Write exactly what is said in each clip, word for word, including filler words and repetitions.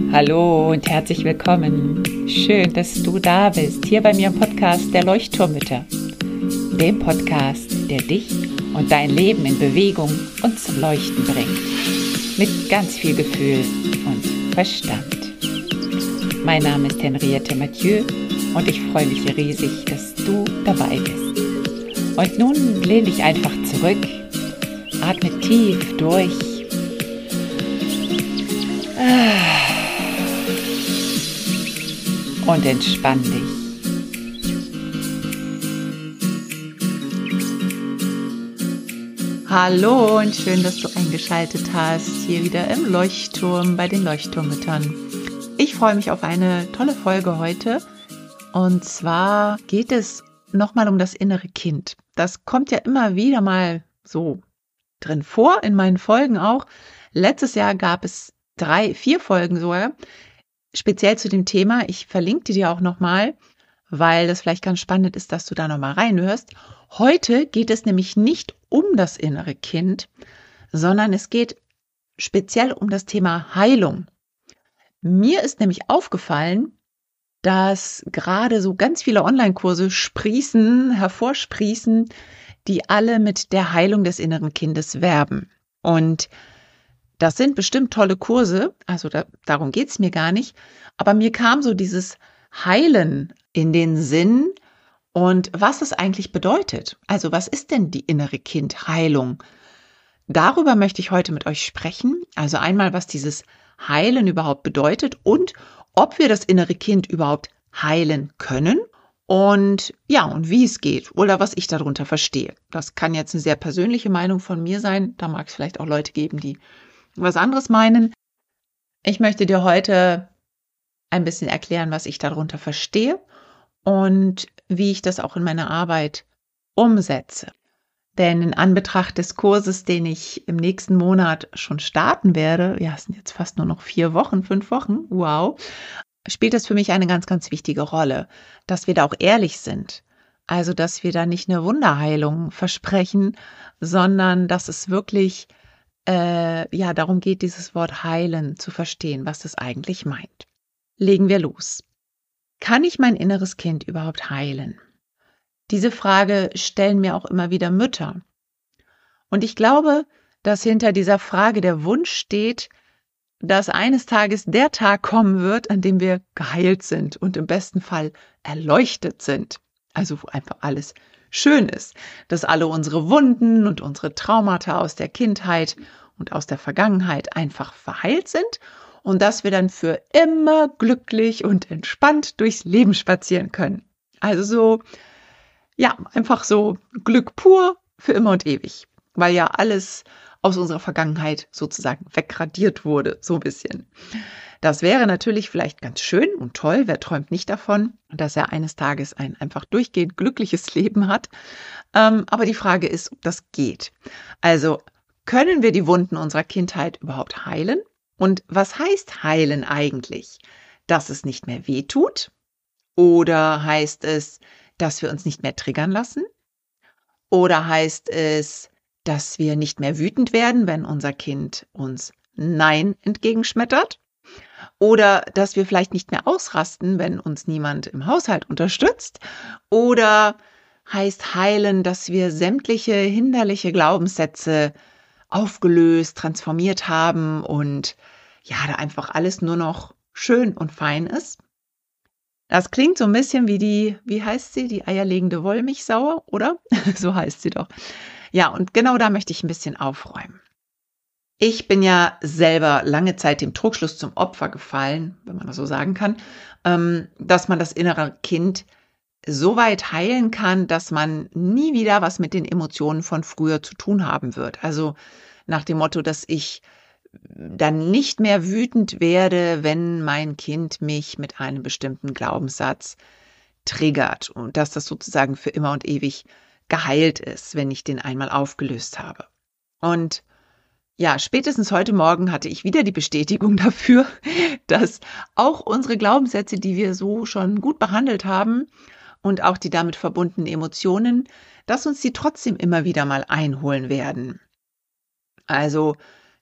Hallo und herzlich willkommen. Schön, dass du da bist, hier bei mir im Podcast der Leuchtturmmütter. Dem Podcast, der dich und dein Leben in Bewegung und zum Leuchten bringt. Mit ganz viel Gefühl und Verstand. Mein Name ist Henriette Mathieu und ich freue mich riesig, dass du dabei bist. Und nun lehn dich einfach zurück, atme tief durch. Und entspann dich. Hallo und schön, dass du eingeschaltet hast, hier wieder im Leuchtturm bei den Leuchtturmmüttern. Ich freue mich auf eine tolle Folge heute und zwar geht es nochmal um das innere Kind. Das kommt ja immer wieder mal so drin vor, in meinen Folgen auch. Letztes Jahr gab es drei, vier Folgen sogar, speziell zu dem Thema. Ich verlinke die dir auch nochmal, weil das vielleicht ganz spannend ist, dass du da nochmal reinhörst. Heute geht es nämlich nicht um das innere Kind, sondern es geht speziell um das Thema Heilung. Mir ist nämlich aufgefallen, dass gerade so ganz viele Online-Kurse sprießen, hervorsprießen, die alle mit der Heilung des inneren Kindes werben. Und das sind bestimmt tolle Kurse, also da, darum geht es mir gar nicht, aber mir kam so dieses Heilen in den Sinn und was es eigentlich bedeutet. Also was ist denn die innere Kindheilung? Darüber möchte ich heute mit euch sprechen. Also einmal, was dieses Heilen überhaupt bedeutet und ob wir das innere Kind überhaupt heilen können und ja, und wie es geht oder was ich darunter verstehe. Das kann jetzt eine sehr persönliche Meinung von mir sein. Da mag es vielleicht auch Leute geben, die was anderes meinen. Ich möchte dir heute ein bisschen erklären, was ich darunter verstehe und wie ich das auch in meiner Arbeit umsetze. Denn in Anbetracht des Kurses, den ich im nächsten Monat schon starten werde, ja, es sind jetzt fast nur noch vier Wochen, fünf Wochen, wow, spielt das für mich eine ganz, ganz wichtige Rolle, dass wir da auch ehrlich sind. Also, dass wir da nicht eine Wunderheilung versprechen, sondern dass es wirklich Äh, ja, darum geht, dieses Wort heilen zu verstehen, was das eigentlich meint. Legen wir los. Kann ich mein inneres Kind überhaupt heilen? Diese Frage stellen mir auch immer wieder Mütter. Und ich glaube, dass hinter dieser Frage der Wunsch steht, dass eines Tages der Tag kommen wird, an dem wir geheilt sind und im besten Fall erleuchtet sind. Also wo einfach alles schön ist, dass alle unsere Wunden und unsere Traumata aus der Kindheit und aus der Vergangenheit einfach verheilt sind und dass wir dann für immer glücklich und entspannt durchs Leben spazieren können. Also so, ja, einfach so Glück pur für immer und ewig, weil ja alles aus unserer Vergangenheit sozusagen wegradiert wurde, so ein bisschen. Das wäre natürlich vielleicht ganz schön und toll, wer träumt nicht davon, dass er eines Tages ein einfach durchgehend glückliches Leben hat. Ähm, aber die Frage ist, ob das geht. Also können wir die Wunden unserer Kindheit überhaupt heilen? Und was heißt heilen eigentlich? Dass es nicht mehr wehtut? Oder heißt es, dass wir uns nicht mehr triggern lassen? Oder heißt es, dass wir nicht mehr wütend werden, wenn unser Kind uns Nein entgegenschmettert? Oder dass wir vielleicht nicht mehr ausrasten, wenn uns niemand im Haushalt unterstützt? Oder heißt heilen, dass wir sämtliche hinderliche Glaubenssätze aufgelöst, transformiert haben und ja, da einfach alles nur noch schön und fein ist? Das klingt so ein bisschen wie die, wie heißt sie, die eierlegende Wollmilchsau, oder? So heißt sie doch. Ja, und genau da möchte ich ein bisschen aufräumen. Ich bin ja selber lange Zeit dem Trugschluss zum Opfer gefallen, wenn man das so sagen kann, dass man das innere Kind so weit heilen kann, dass man nie wieder was mit den Emotionen von früher zu tun haben wird. Also nach dem Motto, dass ich dann nicht mehr wütend werde, wenn mein Kind mich mit einem bestimmten Glaubenssatz triggert und dass das sozusagen für immer und ewig geheilt ist, wenn ich den einmal aufgelöst habe. Und ja, spätestens heute Morgen hatte ich wieder die Bestätigung dafür, dass auch unsere Glaubenssätze, die wir so schon gut behandelt haben und auch die damit verbundenen Emotionen, dass uns die trotzdem immer wieder mal einholen werden. Also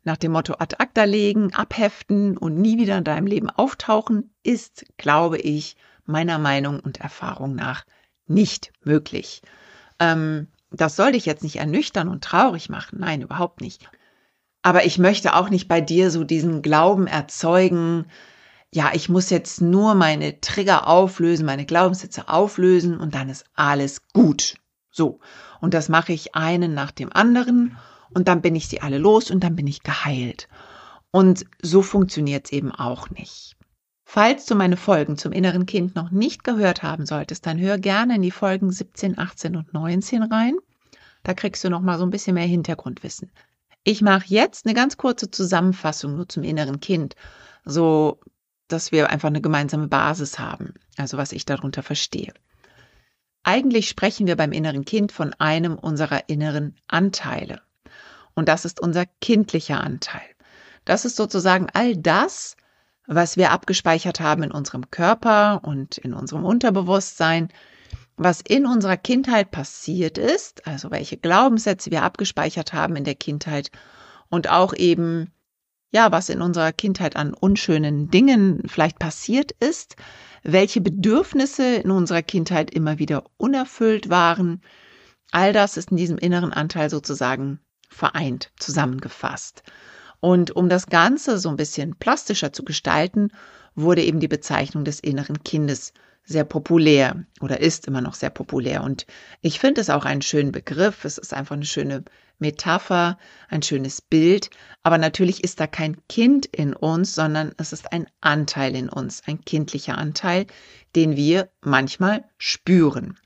nach dem Motto ad acta legen, abheften und nie wieder in deinem Leben auftauchen, ist, glaube ich, meiner Meinung und Erfahrung nach nicht möglich. Ähm, das soll dich jetzt nicht ernüchtern und traurig machen. Nein, überhaupt nicht. Aber ich möchte auch nicht bei dir so diesen Glauben erzeugen, ja, ich muss jetzt nur meine Trigger auflösen, meine Glaubenssätze auflösen und dann ist alles gut. So, und das mache ich einen nach dem anderen und dann bin ich sie alle los und dann bin ich geheilt. Und so funktioniert es eben auch nicht. Falls du meine Folgen zum inneren Kind noch nicht gehört haben solltest, dann hör gerne in die Folgen siebzehn, achtzehn und neunzehn rein. Da kriegst du noch mal so ein bisschen mehr Hintergrundwissen. Ich mache jetzt eine ganz kurze Zusammenfassung nur zum inneren Kind, so dass wir einfach eine gemeinsame Basis haben, also was ich darunter verstehe. Eigentlich sprechen wir beim inneren Kind von einem unserer inneren Anteile. Und das ist unser kindlicher Anteil. Das ist sozusagen all das, was wir abgespeichert haben in unserem Körper und in unserem Unterbewusstsein, was in unserer Kindheit passiert ist, also welche Glaubenssätze wir abgespeichert haben in der Kindheit und auch eben, ja, was in unserer Kindheit an unschönen Dingen vielleicht passiert ist, welche Bedürfnisse in unserer Kindheit immer wieder unerfüllt waren. All das ist in diesem inneren Anteil sozusagen vereint, zusammengefasst. Und um das Ganze so ein bisschen plastischer zu gestalten, wurde eben die Bezeichnung des inneren Kindes sehr populär oder ist immer noch sehr populär. Und ich finde es auch einen schönen Begriff. Es ist einfach eine schöne Metapher, ein schönes Bild. Aber natürlich ist da kein Kind in uns, sondern es ist ein Anteil in uns, ein kindlicher Anteil, den wir manchmal spüren.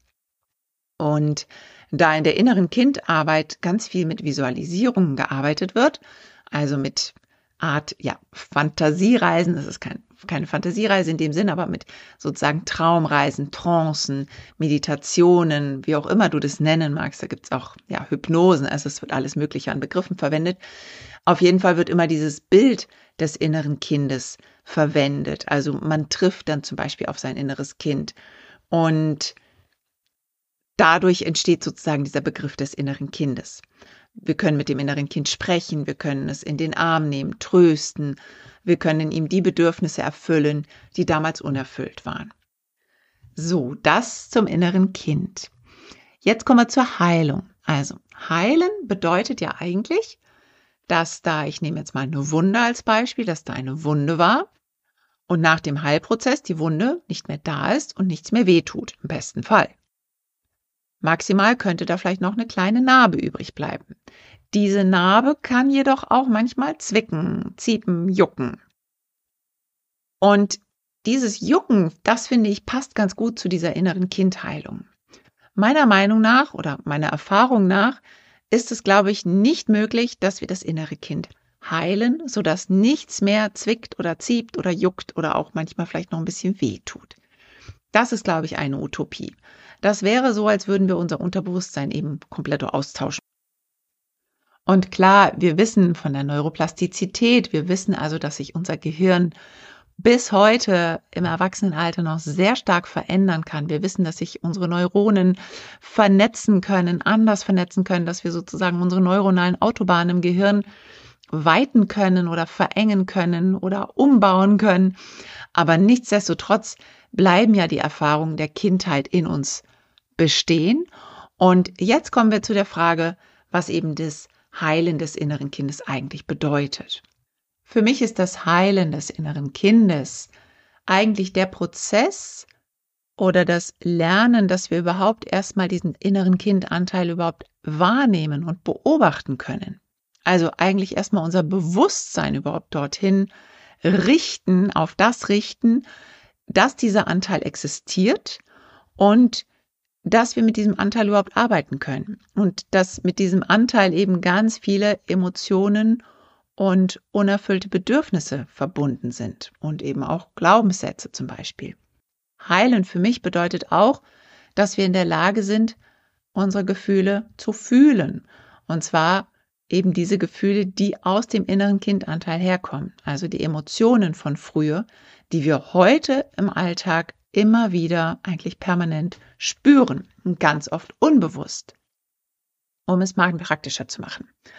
Und da in der inneren Kindarbeit ganz viel mit Visualisierungen gearbeitet wird, also mit Art, ja, Fantasiereisen, das ist kein, keine Fantasiereise in dem Sinn, aber mit sozusagen Traumreisen, Trancen, Meditationen, wie auch immer du das nennen magst, da gibt es auch ja, Hypnosen, also es wird alles Mögliche an Begriffen verwendet. Auf jeden Fall wird immer dieses Bild des inneren Kindes verwendet, also man trifft dann zum Beispiel auf sein inneres Kind und dadurch entsteht sozusagen dieser Begriff des inneren Kindes. Wir können mit dem inneren Kind sprechen, wir können es in den Arm nehmen, trösten, wir können ihm die Bedürfnisse erfüllen, die damals unerfüllt waren. So, das zum inneren Kind. Jetzt kommen wir zur Heilung. Also, heilen bedeutet ja eigentlich, dass da, ich nehme jetzt mal eine Wunde als Beispiel, dass da eine Wunde war und nach dem Heilprozess die Wunde nicht mehr da ist und nichts mehr wehtut, im besten Fall. Maximal könnte da vielleicht noch eine kleine Narbe übrig bleiben. Diese Narbe kann jedoch auch manchmal zwicken, ziepen, jucken. Und dieses Jucken, das finde ich, passt ganz gut zu dieser inneren Kindheilung. Meiner Meinung nach oder meiner Erfahrung nach ist es, glaube ich, nicht möglich, dass wir das innere Kind heilen, sodass nichts mehr zwickt oder zieht oder juckt oder auch manchmal vielleicht noch ein bisschen weh tut. Das ist, glaube ich, eine Utopie. Das wäre so, als würden wir unser Unterbewusstsein eben komplett austauschen. Und klar, wir wissen von der Neuroplastizität, wir wissen also, dass sich unser Gehirn bis heute im Erwachsenenalter noch sehr stark verändern kann. Wir wissen, dass sich unsere Neuronen vernetzen können, anders vernetzen können, dass wir sozusagen unsere neuronalen Autobahnen im Gehirn weiten können oder verengen können oder umbauen können. Aber nichtsdestotrotz bleiben ja die Erfahrungen der Kindheit in uns bestehen. Und jetzt kommen wir zu der Frage, was eben das Heilen des inneren Kindes eigentlich bedeutet. Für mich ist das Heilen des inneren Kindes eigentlich der Prozess oder das Lernen, dass wir überhaupt erstmal diesen inneren Kindanteil überhaupt wahrnehmen und beobachten können. Also eigentlich erstmal unser Bewusstsein überhaupt dorthin richten, auf das richten, dass dieser Anteil existiert und dass wir mit diesem Anteil überhaupt arbeiten können und dass mit diesem Anteil eben ganz viele Emotionen und unerfüllte Bedürfnisse verbunden sind und eben auch Glaubenssätze zum Beispiel. Heilen für mich bedeutet auch, dass wir in der Lage sind, unsere Gefühle zu fühlen. Und zwar eben diese Gefühle, die aus dem inneren Kindanteil herkommen. Also die Emotionen von früher, die wir heute im Alltag immer wieder eigentlich permanent spüren und ganz oft unbewusst. Um es mal praktischer zu machen.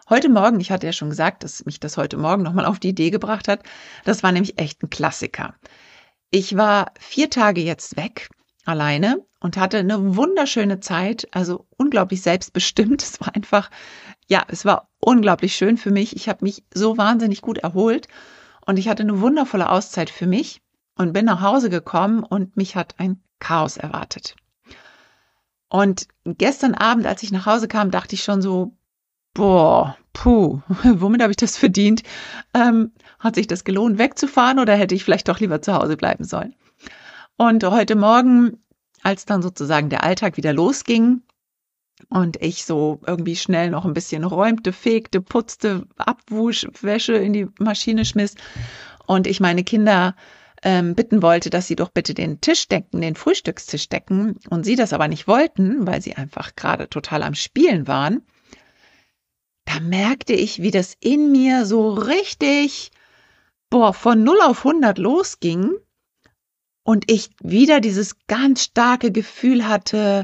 heute Morgen, ich hatte ja schon gesagt, dass mich das heute Morgen nochmal auf die Idee gebracht hat, das war nämlich echt ein Klassiker. Ich war vier Tage jetzt weg, alleine und hatte eine wunderschöne Zeit, also unglaublich selbstbestimmt. Es war einfach, ja, es war unglaublich schön für mich. Ich habe mich so wahnsinnig gut erholt und ich hatte eine wundervolle Auszeit für mich und bin nach Hause gekommen und mich hat ein Chaos erwartet. Und gestern Abend, als ich nach Hause kam, dachte ich schon so, boah, puh, womit habe ich das verdient? Ähm, hat sich das gelohnt, wegzufahren oder hätte ich vielleicht doch lieber zu Hause bleiben sollen? Und heute Morgen, als dann sozusagen der Alltag wieder losging und ich so irgendwie schnell noch ein bisschen räumte, fegte, putzte, abwusch, Wäsche in die Maschine schmiss und ich meine Kinder ähm, bitten wollte, dass sie doch bitte den Tisch decken, den Frühstückstisch decken und sie das aber nicht wollten, weil sie einfach gerade total am Spielen waren, da merkte ich, wie das in mir so richtig, boah, von null auf hundert losging und ich wieder dieses ganz starke Gefühl hatte,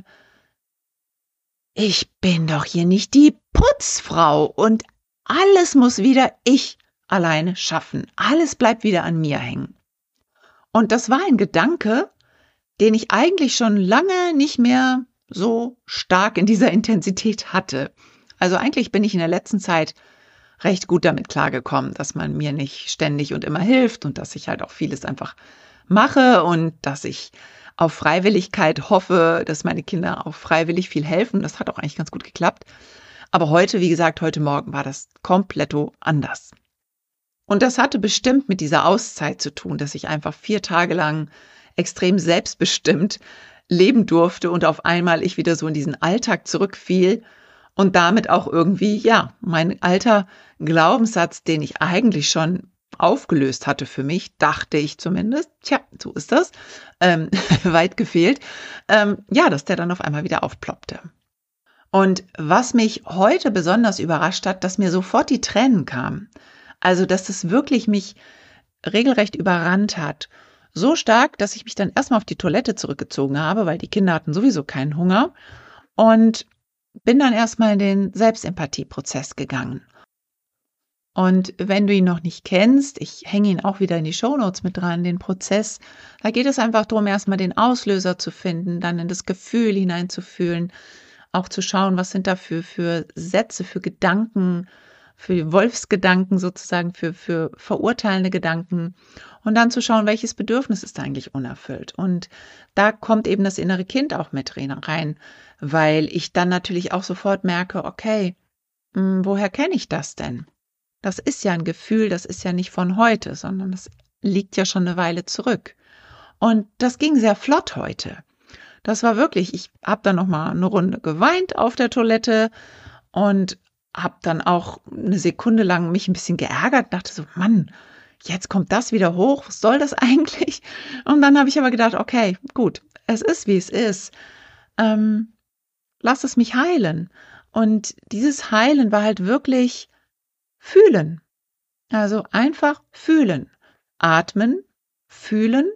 ich bin doch hier nicht die Putzfrau und alles muss wieder ich alleine schaffen. Alles bleibt wieder an mir hängen. Und das war ein Gedanke, den ich eigentlich schon lange nicht mehr so stark in dieser Intensität hatte. Also eigentlich bin ich in der letzten Zeit recht gut damit klargekommen, dass man mir nicht ständig und immer hilft und dass ich halt auch vieles einfach mache und dass ich auf Freiwilligkeit hoffe, dass meine Kinder auch freiwillig viel helfen. Das hat auch eigentlich ganz gut geklappt. Aber heute, wie gesagt, heute Morgen war das kompletto anders. Und das hatte bestimmt mit dieser Auszeit zu tun, dass ich einfach vier Tage lang extrem selbstbestimmt leben durfte und auf einmal ich wieder so in diesen Alltag zurückfiel und damit auch irgendwie, ja, mein alter Glaubenssatz, den ich eigentlich schon aufgelöst hatte für mich, dachte ich zumindest, tja, so ist das, ähm, weit gefehlt, ähm, ja, dass der dann auf einmal wieder aufploppte. Und was mich heute besonders überrascht hat, dass mir sofort die Tränen kamen. Also, dass es wirklich mich regelrecht überrannt hat. So stark, dass ich mich dann erstmal auf die Toilette zurückgezogen habe, weil die Kinder hatten sowieso keinen Hunger und bin dann erstmal in den Selbstempathieprozess gegangen. Und wenn du ihn noch nicht kennst, ich hänge ihn auch wieder in die Shownotes mit dran, den Prozess, da geht es einfach darum, erstmal den Auslöser zu finden, dann in das Gefühl hineinzufühlen, auch zu schauen, was sind da für, für Sätze, für Gedanken, für Wolfsgedanken sozusagen, für, für verurteilende Gedanken und dann zu schauen, welches Bedürfnis ist da eigentlich unerfüllt. Und da kommt eben das innere Kind auch mit rein, weil ich dann natürlich auch sofort merke, okay, mh, woher kenne ich das denn? Das ist ja ein Gefühl, das ist ja nicht von heute, sondern das liegt ja schon eine Weile zurück. Und das ging sehr flott heute. Das war wirklich, ich habe dann noch mal eine Runde geweint auf der Toilette und habe dann auch eine Sekunde lang mich ein bisschen geärgert, dachte so, Mann, jetzt kommt das wieder hoch, was soll das eigentlich? Und dann habe ich aber gedacht, okay, gut, es ist, wie es ist. Ähm, lass es mich heilen. Und dieses Heilen war halt wirklich fühlen. Also einfach fühlen. Atmen, fühlen,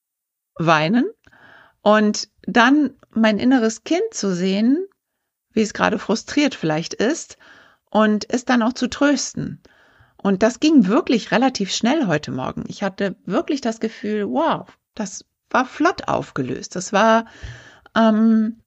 weinen und dann mein inneres Kind zu sehen, wie es gerade frustriert vielleicht ist, und es dann auch zu trösten. Und das ging wirklich relativ schnell heute Morgen. Ich hatte wirklich das Gefühl, wow, das war flott aufgelöst. Das war, ähm,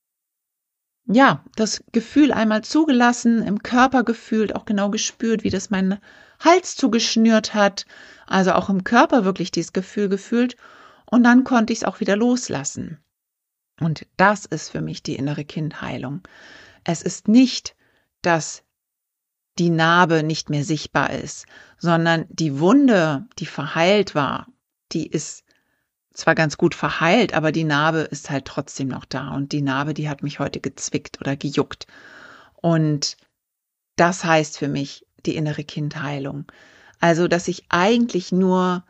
ja, das Gefühl einmal zugelassen, im Körper gefühlt, auch genau gespürt, wie das meinen Hals zugeschnürt hat. Also auch im Körper wirklich dieses Gefühl gefühlt. Und dann konnte ich es auch wieder loslassen. Und das ist für mich die innere Kindheilung. Es ist nicht, dass die Narbe nicht mehr sichtbar ist, sondern die Wunde, die verheilt war, die ist zwar ganz gut verheilt, aber die Narbe ist halt trotzdem noch da. Und die Narbe, die hat mich heute gezwickt oder gejuckt. Und das heißt für mich die innere Kindheilung. Also, dass ich eigentlich nur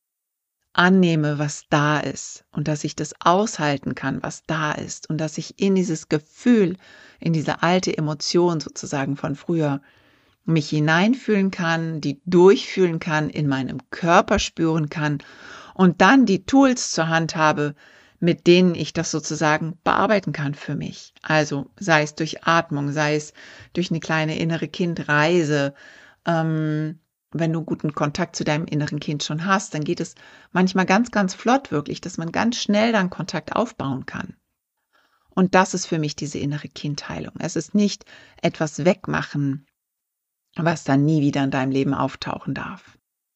annehme, was da ist und dass ich das aushalten kann, was da ist und dass ich in dieses Gefühl, in diese alte Emotion sozusagen von früher mich hineinfühlen kann, die durchfühlen kann, in meinem Körper spüren kann und dann die Tools zur Hand habe, mit denen ich das sozusagen bearbeiten kann für mich. Also sei es durch Atmung, sei es durch eine kleine innere Kindreise. Ähm, wenn du guten Kontakt zu deinem inneren Kind schon hast, dann geht es manchmal ganz, ganz flott wirklich, dass man ganz schnell dann Kontakt aufbauen kann. Und das ist für mich diese innere Kindheilung. Es ist nicht etwas wegmachen, was dann nie wieder in deinem Leben auftauchen darf.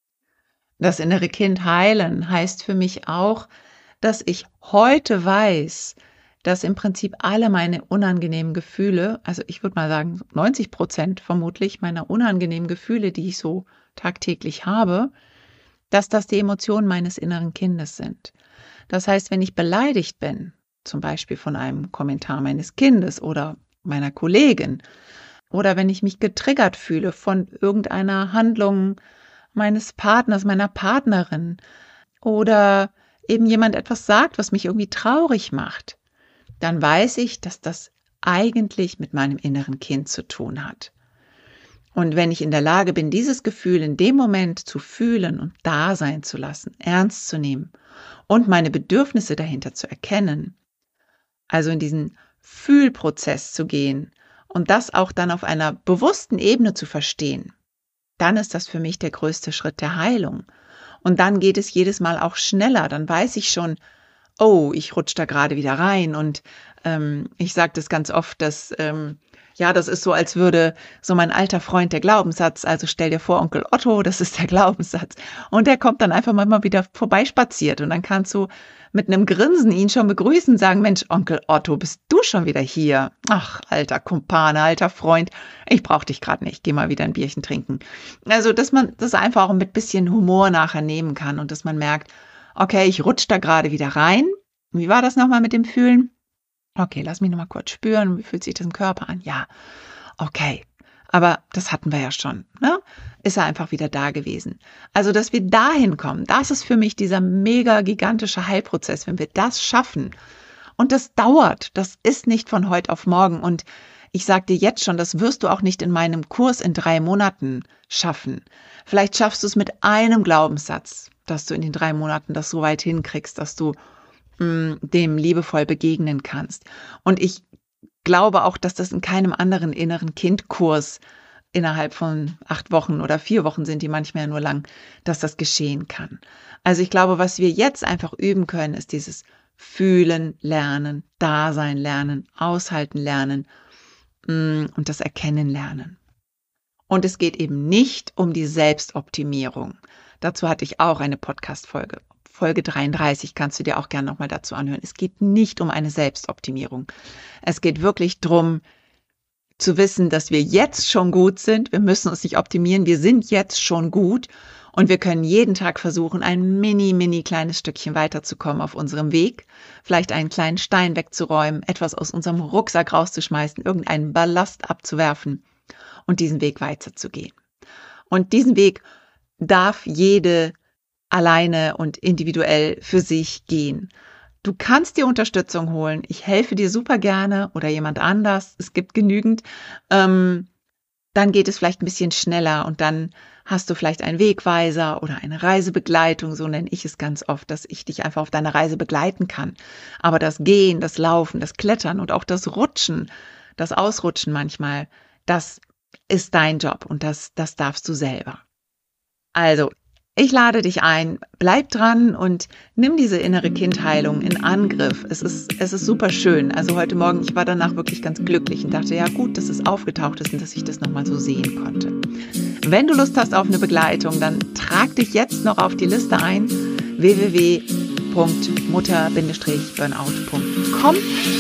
Das innere Kind heilen heißt für mich auch, dass ich heute weiß, dass im Prinzip alle meine unangenehmen Gefühle, also ich würde mal sagen neunzig Prozent vermutlich meiner unangenehmen Gefühle, die ich so tagtäglich habe, dass das die Emotionen meines inneren Kindes sind. Das heißt, wenn ich beleidigt bin, zum Beispiel von einem Kommentar meines Kindes oder meiner Kollegin, oder wenn ich mich getriggert fühle von irgendeiner Handlung meines Partners, meiner Partnerin, oder eben jemand etwas sagt, was mich irgendwie traurig macht, dann weiß ich, dass das eigentlich mit meinem inneren Kind zu tun hat. Und wenn ich in der Lage bin, dieses Gefühl in dem Moment zu fühlen und da sein zu lassen, ernst zu nehmen und meine Bedürfnisse dahinter zu erkennen, also in diesen Fühlprozess zu gehen und das auch dann auf einer bewussten Ebene zu verstehen, dann ist das für mich der größte Schritt der Heilung. Und dann geht es jedes Mal auch schneller. Dann weiß ich schon, oh, ich rutsche da gerade wieder rein. Und ähm, ich sage das ganz oft, dass, ähm, ja, das ist so, als würde so mein alter Freund der Glaubenssatz, also stell dir vor, Onkel Otto, das ist der Glaubenssatz. Und der kommt dann einfach mal wieder vorbeispaziert. Und dann kannst du mit einem Grinsen ihn schon begrüßen, sagen, Mensch, Onkel Otto, bist du schon wieder hier? Ach, alter Kumpane, alter Freund, ich brauche dich gerade nicht, geh mal wieder ein Bierchen trinken. Also, dass man das einfach auch mit bisschen Humor nachher nehmen kann und dass man merkt, okay, ich rutsche da gerade wieder rein. Wie war das nochmal mit dem Fühlen? Okay, lass mich nochmal kurz spüren, wie fühlt sich das im Körper an? Ja, okay. Aber das hatten wir ja schon, ne? Ist er einfach wieder da gewesen. Also, dass wir dahin kommen, das ist für mich dieser mega gigantische Heilprozess, wenn wir das schaffen. Und das dauert, das ist nicht von heute auf morgen. Und ich sage dir jetzt schon, das wirst du auch nicht in meinem Kurs in drei Monaten schaffen. Vielleicht schaffst du es mit einem Glaubenssatz, dass du in den drei Monaten das so weit hinkriegst, dass du mh, dem liebevoll begegnen kannst. Und ich glaube auch, dass das in keinem anderen inneren Kindkurs innerhalb von acht Wochen oder vier Wochen sind die manchmal nur lang, dass das geschehen kann. Also ich glaube, was wir jetzt einfach üben können, ist dieses Fühlen, Lernen, Dasein lernen, Aushalten lernen mh, und das Erkennen lernen. Und es geht eben nicht um die Selbstoptimierung. Dazu hatte ich auch eine Podcast-Folge. Folge dreiunddreißig kannst du dir auch gerne nochmal dazu anhören. Es geht nicht um eine Selbstoptimierung. Es geht wirklich darum, zu wissen, dass wir jetzt schon gut sind. Wir müssen uns nicht optimieren. Wir sind jetzt schon gut und wir können jeden Tag versuchen, ein mini, mini kleines Stückchen weiterzukommen auf unserem Weg. Vielleicht einen kleinen Stein wegzuräumen, etwas aus unserem Rucksack rauszuschmeißen, irgendeinen Ballast abzuwerfen und diesen Weg weiterzugehen. Und diesen Weg darf jede alleine und individuell für sich gehen. Du kannst dir Unterstützung holen. Ich helfe dir super gerne oder jemand anders. Es gibt genügend. Ähm, dann geht es vielleicht ein bisschen schneller und dann hast du vielleicht einen Wegweiser oder eine Reisebegleitung. So nenne ich es ganz oft, dass ich dich einfach auf deiner Reise begleiten kann. Aber das Gehen, das Laufen, das Klettern und auch das Rutschen, das Ausrutschen manchmal, das ist dein Job und das, das darfst du selber. Also, ich lade dich ein, bleib dran und nimm diese innere Kindheilung in Angriff. Es ist, es ist super schön. Also heute Morgen, ich war danach wirklich ganz glücklich und dachte, ja gut, dass es aufgetaucht ist und dass ich das nochmal so sehen konnte. Wenn du Lust hast auf eine Begleitung, dann trag dich jetzt noch auf die Liste ein, w w w punkt mutter Bindestrich burnout punkt com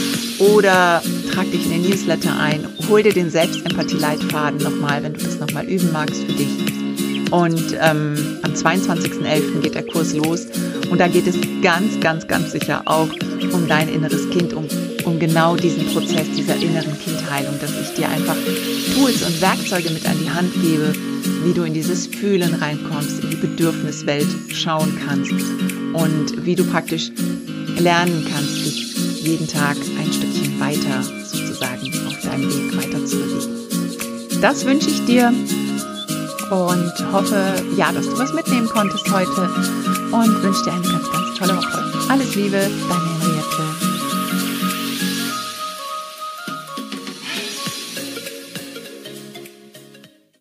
oder trag dich in den Newsletter ein, hol dir den Selbstempathie-Leitfaden nochmal, wenn du das nochmal üben magst für dich. Und ähm, am zweiundzwanzigsten elften geht der Kurs los und da geht es ganz, ganz, ganz sicher auch um dein inneres Kind, um, um genau diesen Prozess dieser inneren Kindheilung, dass ich dir einfach Tools und Werkzeuge mit an die Hand gebe, wie du in dieses Fühlen reinkommst, in die Bedürfniswelt schauen kannst und wie du praktisch lernen kannst, dich jeden Tag ein Stückchen weiter sozusagen auf deinem Weg weiter zu bewegen. Das wünsche ich dir. Und hoffe, ja, dass du was mitnehmen konntest heute und wünsche dir eine ganz, ganz tolle Woche. Alles Liebe, deine